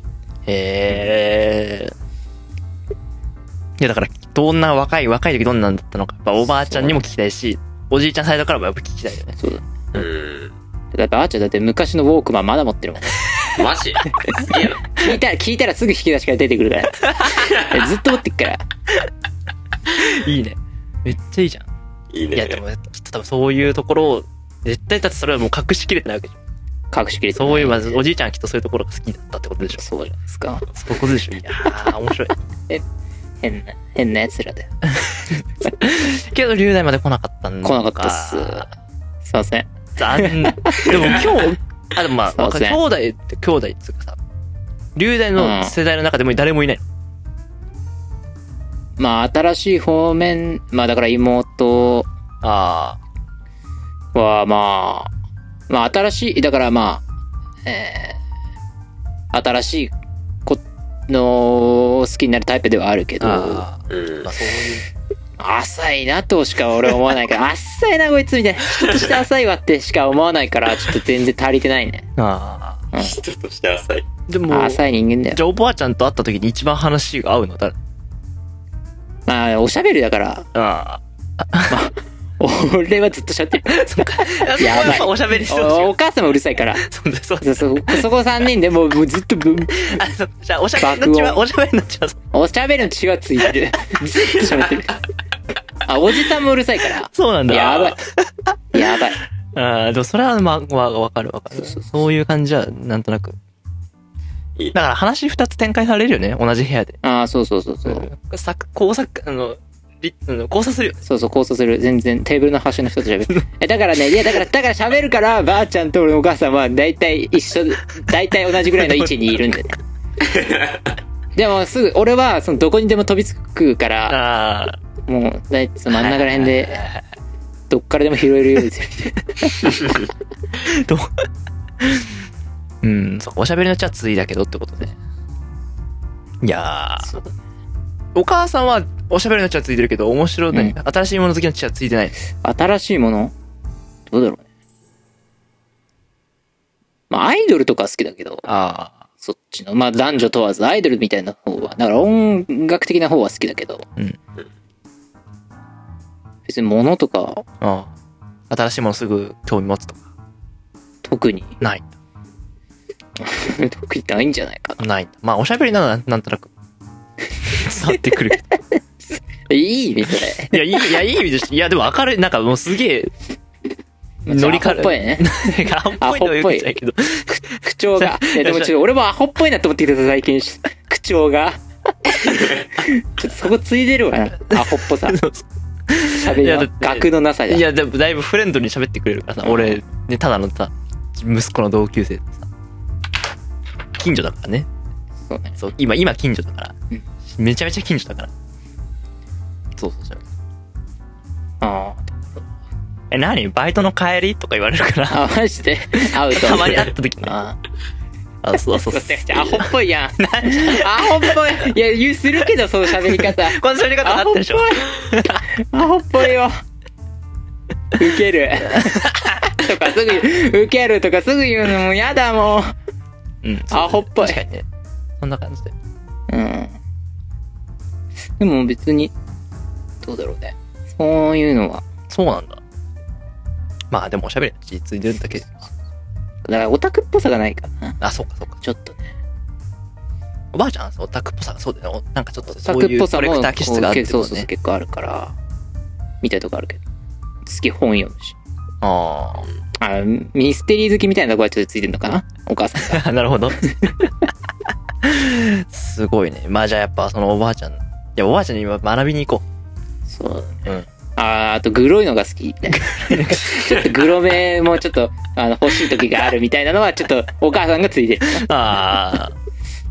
[SPEAKER 2] へえ。いやだから、どんな若い、若い時どんなんだったのか。やっぱおばあちゃんにも聞きたいし、おじいちゃんサイドからもやっぱ聞きたいよね。
[SPEAKER 1] そうだ。
[SPEAKER 3] うん。
[SPEAKER 1] だって、あーちゃんだって昔のウォークマンまだ持ってるもん。
[SPEAKER 3] マジいや、
[SPEAKER 1] 聞いたら、聞いたらすぐ引き出しから出てくるから。ずっと持ってっから。
[SPEAKER 2] いいね。めっちゃいいじゃん。
[SPEAKER 3] いいね。
[SPEAKER 2] いやでも、きっと多分そういうところを、絶対だってそれはもう隠しきれてないわけじゃん。
[SPEAKER 1] 隠しきれて
[SPEAKER 2] そういう、ま
[SPEAKER 1] ず
[SPEAKER 2] ずおじいちゃんはきっとそういうところが好きだったってことでしょ。
[SPEAKER 1] そうじゃないですか。
[SPEAKER 2] そこでしょ。いやー、面白い。
[SPEAKER 1] 変な、変な奴らだよ。
[SPEAKER 2] けど、龍大まで来なかったんだ。
[SPEAKER 1] 来なかったっす。すいません。
[SPEAKER 2] 残念。でも今日、あ、でもまあ、
[SPEAKER 1] そうですね
[SPEAKER 2] 兄弟って兄弟っていうかさ、龍大の世代の中でも誰もいないの。
[SPEAKER 1] まあ、新しい方面、まあだから妹
[SPEAKER 2] あ
[SPEAKER 1] はまあ、まあ新しい、だからまあ、えー、新しい子の好きになるタイプではあるけど、
[SPEAKER 2] あ
[SPEAKER 3] うん
[SPEAKER 2] ー。まあそういう。
[SPEAKER 1] 浅いなとしか俺は思わないから、浅いなこいつみたいな。人として浅いわってしか思わないから、ちょっと全然足りてないね。
[SPEAKER 2] ああ。
[SPEAKER 3] 人として浅い。
[SPEAKER 2] でも、
[SPEAKER 1] 浅い人間だよ。
[SPEAKER 2] じゃあおばあちゃんと会った時に一番話が合うの誰？
[SPEAKER 1] まあ、おしゃべりだから、
[SPEAKER 2] あ
[SPEAKER 1] 俺はずっと喋ってる。
[SPEAKER 2] あ。そっか。
[SPEAKER 1] やばい
[SPEAKER 2] おしゃべりしてほしい
[SPEAKER 1] おお母さんもうるさいから。
[SPEAKER 2] そうだ、そうだ。
[SPEAKER 1] そうそうそこさんにんでもうもうずっとぶ
[SPEAKER 2] あ、そうじゃあおしゃべりの血は、おしゃべりの血は、
[SPEAKER 1] おしゃべりの血がついてる。ずっと喋ってる。あ、おじさんもうるさいから。
[SPEAKER 2] そうなんだ。
[SPEAKER 1] やばい。やばい。
[SPEAKER 2] ああ、でもそれはまあ、まあ、わかるわかる。
[SPEAKER 1] そうそうそう
[SPEAKER 2] そういう感じは、なんとなく。
[SPEAKER 3] いい
[SPEAKER 2] だから話二つ展開されるよね、同じ部屋で。
[SPEAKER 1] ああ、そうそうそうそう。
[SPEAKER 2] うん。作、工作、あの、りあの交差するよね。
[SPEAKER 1] そうそう、交差する。全然、テーブルの端の人と喋る。え、だからね、いや、だから、だから喋るから、ばあちゃんと俺のお母さんは、だいたい一緒、だいたい同じぐらいの位置にいるんだよね。でも、すぐ、俺は、その、どこにでも飛びつくから、
[SPEAKER 2] ああ。
[SPEAKER 1] もう、だいたいその真ん中ら辺で、どっからでも拾えるようにする。
[SPEAKER 2] どううん、そう、おしゃべりの血はついだけどってことで。いやー、
[SPEAKER 1] そうだね。
[SPEAKER 2] お母さんはおしゃべりの血はついてるけど、面白い、何、
[SPEAKER 1] うん
[SPEAKER 2] 新しいもの好きの血はついてない。
[SPEAKER 1] 新しいものどうだろうね。まあ、アイドルとか好きだけど、
[SPEAKER 2] ああ。
[SPEAKER 1] そっちの。まあ、男女問わず、アイドルみたいな方は、だから音楽的な方は好きだけど、
[SPEAKER 2] うん。
[SPEAKER 1] 別に物とか、
[SPEAKER 2] ああ。新しいものすぐ興味持つとか。
[SPEAKER 1] 特に、
[SPEAKER 2] ない。
[SPEAKER 1] 特にないんじゃないかな。
[SPEAKER 2] ない。まあ、おしゃべりなのはなんとなく、伝わってくるけど。
[SPEAKER 1] いい意味それ。
[SPEAKER 2] いや、いい、いや、いい意味でし、いや、でも明るい、なんかもうすげえ、ノリ軽
[SPEAKER 1] アホっぽいね。
[SPEAKER 2] アホっぽいとはよく言っちゃうけど。
[SPEAKER 1] 口調が。いや、でもちょっと俺もアホっぽいなと思ってきた最近。口調が。ちょっとそこついでるわな。アホっぽさ。喋りの
[SPEAKER 2] いやだって
[SPEAKER 1] 学のなさじゃ。
[SPEAKER 2] いや、でもだいぶフレンドに喋ってくれるからさ、俺、ね、ただのさ、息子の同級生でさ、近所だからね。
[SPEAKER 1] そうね。
[SPEAKER 2] そう、今、今近所だから
[SPEAKER 1] うん。
[SPEAKER 2] めちゃめちゃ近所だから。そうそうそう。
[SPEAKER 1] あ
[SPEAKER 2] え、何バイトの帰りとか言われるか
[SPEAKER 1] あ。
[SPEAKER 2] ら、
[SPEAKER 1] あ、マジで会うと。
[SPEAKER 2] たまに会った時にね。
[SPEAKER 1] あ
[SPEAKER 2] あ、そうそう
[SPEAKER 1] あ。
[SPEAKER 2] そう。
[SPEAKER 1] アホっぽいやん。アホっぽい。いや、言う、するけど、その喋り方。
[SPEAKER 2] この喋り方あったでしょ。
[SPEAKER 1] アホっぽいよ。ウケる。とかすぐ言う、ウケるとかすぐ言うのもやだもん。
[SPEAKER 2] うん。
[SPEAKER 1] アホっぽい
[SPEAKER 2] 確かにね。そんな感じで。
[SPEAKER 1] うん。でも別に、どうだろうね。そういうのは。
[SPEAKER 2] そうなんだ。まあでもおしゃべりの血ついてるんだけど。
[SPEAKER 1] だからオタクっぽさがないからな。
[SPEAKER 2] あ、そうかそうか。
[SPEAKER 1] ちょっとね。
[SPEAKER 2] おばあちゃんはオタクっぽさがそうだよね。なんかちょっと
[SPEAKER 1] オタ
[SPEAKER 2] そう
[SPEAKER 1] クっぽさも
[SPEAKER 2] いうコレクター気質があるって
[SPEAKER 1] そうそうそう
[SPEAKER 2] ことね。
[SPEAKER 1] 結構あるから、みたいなとこあるけど。好き本読むし。
[SPEAKER 2] あ
[SPEAKER 1] あ、ミステリー好きみたいなとこはちょっとついてるのかなお母さんが。
[SPEAKER 2] あ。なるほど。すごいね。まあじゃあやっぱそのおばあちゃん。いや、おばあちゃんに今学びに行こ
[SPEAKER 1] そうだね。
[SPEAKER 2] う。うん。
[SPEAKER 1] あーあとグロいのが好きみたいな。ちょっとグロめもちょっと、あの、欲しい時があるみたいなのはちょっとお母さんがついてる。
[SPEAKER 2] ああ。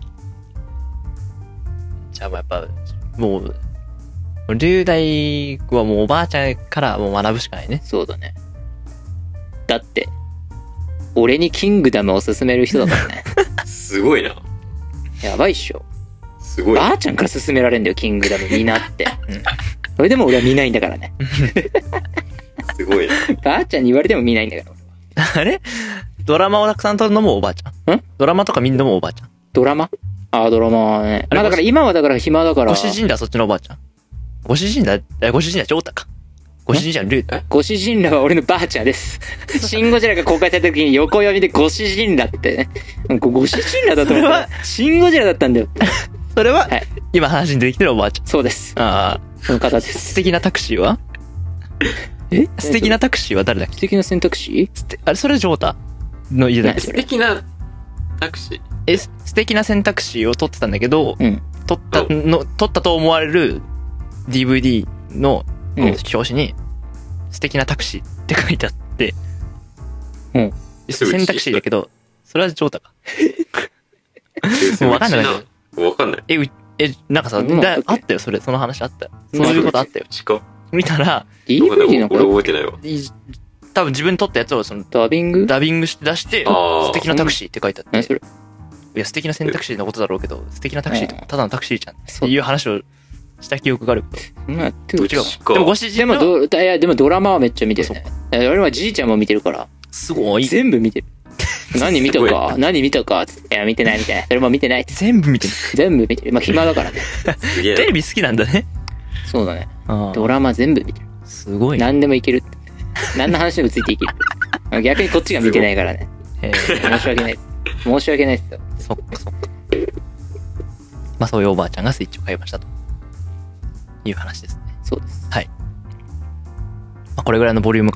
[SPEAKER 2] じゃあもうやっぱ、もう、龍大はもうおばあちゃんからもう学ぶしかないね。
[SPEAKER 1] そうだね。だって、俺にキングダムを勧める人だからね。
[SPEAKER 3] すごいな。
[SPEAKER 1] やばいっしょ。
[SPEAKER 3] すごい。
[SPEAKER 1] ばあちゃんから勧められんだよ、キングダム見なって。それでも俺は見ないんだからね。
[SPEAKER 3] すごいな。
[SPEAKER 1] ばあちゃんに言われても見ないんだから。
[SPEAKER 2] あれドラマをたくさん撮るのもおばあちゃん
[SPEAKER 1] ん
[SPEAKER 2] ドラマとか見んのもおばあちゃん。
[SPEAKER 1] ドラマああ、ドラマはね。
[SPEAKER 2] あれ
[SPEAKER 1] まあだから今はだから暇だから。
[SPEAKER 2] ご主人だ、そっちのおばあちゃん。ご主人だ、えご主人だ、ちょうたか。ご主人じゃん、龍大。
[SPEAKER 1] ご主人らは俺のばあちゃんです。シンゴジラが公開された時に横読みでご主人らってね。ごご主人らだと思ったら、シンゴジラだったんだよ。
[SPEAKER 2] それは、
[SPEAKER 1] はい
[SPEAKER 2] 今話に出てきてるおばあちゃん。
[SPEAKER 1] そうです。
[SPEAKER 2] ああ。
[SPEAKER 1] その方で
[SPEAKER 2] 素
[SPEAKER 1] す。
[SPEAKER 2] 敵なタクシーは
[SPEAKER 1] え
[SPEAKER 2] 素敵なタクシーは誰だっけ
[SPEAKER 1] 素敵な選択肢
[SPEAKER 2] すてあれ、それジョータの家だっけ
[SPEAKER 1] 何それ
[SPEAKER 3] 素敵なタクシー。
[SPEAKER 2] え、す素敵な選択肢を撮ってたんだけど、
[SPEAKER 1] うん。
[SPEAKER 2] 撮ったの、撮ったと思われる ディーブイディー の
[SPEAKER 1] うん
[SPEAKER 2] 表紙に、素敵なタクシーって書いてあって、
[SPEAKER 1] うん
[SPEAKER 2] 選択肢だけど、それはジョータか。もうわかんない
[SPEAKER 3] わかんない。
[SPEAKER 2] え、うえ、なんかさ、
[SPEAKER 1] うん
[SPEAKER 2] だあったよ、それ、その話あったよ。そういうことあったよ。
[SPEAKER 3] しか。
[SPEAKER 2] 見たら、
[SPEAKER 1] ディーブイディー なんか
[SPEAKER 3] 俺覚えてないわ。
[SPEAKER 2] い多分自分撮ったやつをその
[SPEAKER 1] ダビング
[SPEAKER 2] ダビングして出して、
[SPEAKER 3] あー
[SPEAKER 2] 素敵なタクシーって書いてあって、
[SPEAKER 1] 何それ
[SPEAKER 2] いや、素敵な選択肢のことだろうけど、素敵なタクシーって
[SPEAKER 1] うん
[SPEAKER 2] ただのタクシーじゃんって
[SPEAKER 1] そう
[SPEAKER 2] いう話をした記憶があるけど、
[SPEAKER 1] そんなやってる
[SPEAKER 2] 違う
[SPEAKER 3] うちか
[SPEAKER 2] でもご主
[SPEAKER 1] で
[SPEAKER 2] 人の、
[SPEAKER 1] もど、いや、でもドラマはめっちゃ見てるね。いや俺はじいちゃんも見てるから。
[SPEAKER 2] すごい。
[SPEAKER 1] 全部見てる。何見た
[SPEAKER 3] すご
[SPEAKER 1] か何見たかつっていや、見てないみたいな。それも見てないって。
[SPEAKER 2] 全部見てる。
[SPEAKER 1] 全部見てる。まあ、暇だからね。
[SPEAKER 3] すげえな。
[SPEAKER 2] テレビ好きなんだね。
[SPEAKER 1] そうだね。
[SPEAKER 2] あ
[SPEAKER 1] ドラマ全部見てる。
[SPEAKER 2] すごいね。
[SPEAKER 1] 何でもいけるって。何の話でもついていける。逆にこっちが見てないからね。
[SPEAKER 2] えー
[SPEAKER 1] 申し訳ないです。申し訳ないですよ。
[SPEAKER 2] そっかそっか。まあそういうおばあちゃんがスイッチを買いましたという話ですね。
[SPEAKER 1] そうです。
[SPEAKER 2] まあこれぐらいのボリュームかな。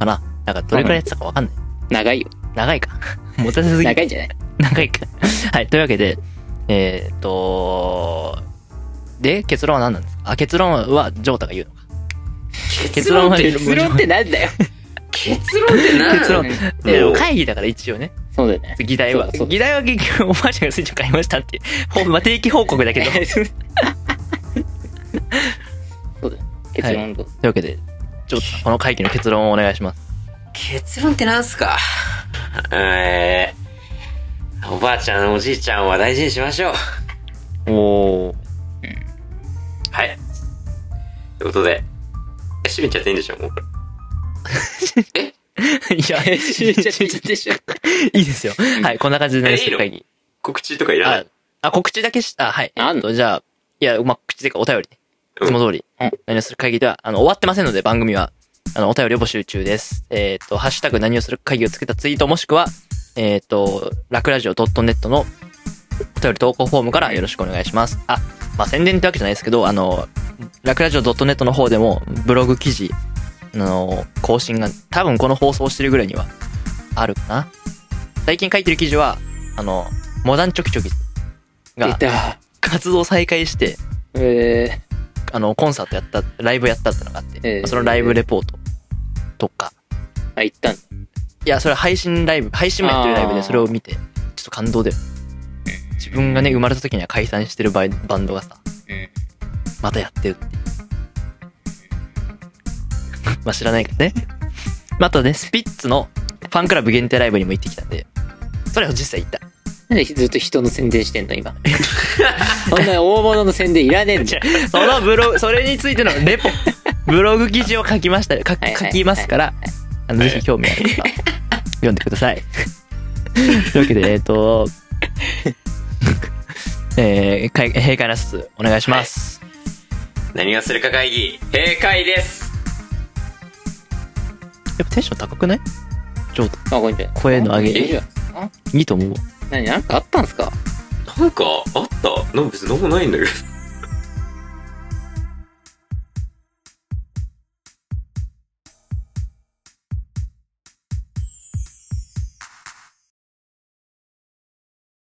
[SPEAKER 2] なんかどれくらいやってたかわかんない。
[SPEAKER 1] 長いよ。
[SPEAKER 2] 長いか。持たせすぎ。
[SPEAKER 1] 長いんじゃない？
[SPEAKER 2] 長いか。はい。というわけで、えーっと、で、結論は何なんですか？あ、結論はジョータが言うのか。
[SPEAKER 3] 結論って
[SPEAKER 1] 結論ってなんだよ。
[SPEAKER 3] 結論って何？
[SPEAKER 2] 結論。えー会議だから一応ね。
[SPEAKER 1] そうだよね。
[SPEAKER 2] 議題は。
[SPEAKER 1] そうそう
[SPEAKER 2] 議題は結局おばあちゃんがスイッチを買いましたっていう。ほんま定期報告だけど。
[SPEAKER 1] そうだよ。結論どう？
[SPEAKER 2] というわけで、ジョータさん、この会議の結論をお願いします。
[SPEAKER 3] 結論ってなんすか？えー、おばあちゃん、おじいちゃんは大事にしましょう。
[SPEAKER 2] おー。
[SPEAKER 3] はい。ということで、閉めちゃっていいんでしょ、もうこれ。え
[SPEAKER 2] いや、
[SPEAKER 1] 閉めちゃっていいでしょ。
[SPEAKER 2] いいですよ。はい、こんな感じでね、
[SPEAKER 3] えいいの
[SPEAKER 2] 会議。
[SPEAKER 3] 告知とかいらな
[SPEAKER 2] あ
[SPEAKER 3] い？、
[SPEAKER 2] あ、告知だけし、あ、はい。
[SPEAKER 1] あんの
[SPEAKER 2] えっと、じゃあ、いや、まあ、口でかお便りね。いつも通り。
[SPEAKER 1] うん
[SPEAKER 2] 何をする会議では、あの、終わってませんので、番組は。あの、お便りを募集中です。えっと、ハッシュタグ何をする会議をつけたツイートもしくは、えっと、ラクラジオ .net のお便り投稿フォームからよろしくお願いします。あ、まあ、宣伝ってわけじゃないですけど、あの、ラクラジオ .net の方でも、ブログ記事、あの、更新が、多分この放送してるぐらいには、あるかな。最近書いてる記事は、あの、モダンチョキチョキ
[SPEAKER 1] 出
[SPEAKER 2] が
[SPEAKER 1] た。
[SPEAKER 2] 活動再開して、
[SPEAKER 1] え
[SPEAKER 2] あの、コンサートやった、ライブやったってのがあって、
[SPEAKER 1] えー
[SPEAKER 2] そのライブレポートとか、
[SPEAKER 1] ー、あ、行ったんだ。
[SPEAKER 2] いや、それは配信ライブ、配信もやってるライブでそれを見て、ちょっと感動で、自分がね、生まれた時には解散してるバイバンドがさ、
[SPEAKER 1] うん。
[SPEAKER 2] またやってるっていう。まあ知らないけどね。まああとね、スピッツのファンクラブ限定ライブにも行ってきたんで、それを実際行った。
[SPEAKER 1] なんでずっと人の宣伝してんの今。そんな大物の宣伝いらねえんだよ。
[SPEAKER 2] そのブログ、それについてのレポ、ブログ記事を書きました、書
[SPEAKER 1] はいはい
[SPEAKER 2] 書きますから、あの、ぜひ興味ある方、読んでください。というわけで、えっと、えー、会閉会なすつお願いします。
[SPEAKER 3] 何をするか会議、閉会です。
[SPEAKER 2] やっぱテンション高くない？ちょっと
[SPEAKER 1] あ、こんにちは。
[SPEAKER 2] 声の上げ
[SPEAKER 1] いいじゃん。あ、
[SPEAKER 2] いいと思う。
[SPEAKER 1] 何、なんかあったんすか？
[SPEAKER 3] なんか、あったなんか別になんもないんだけど。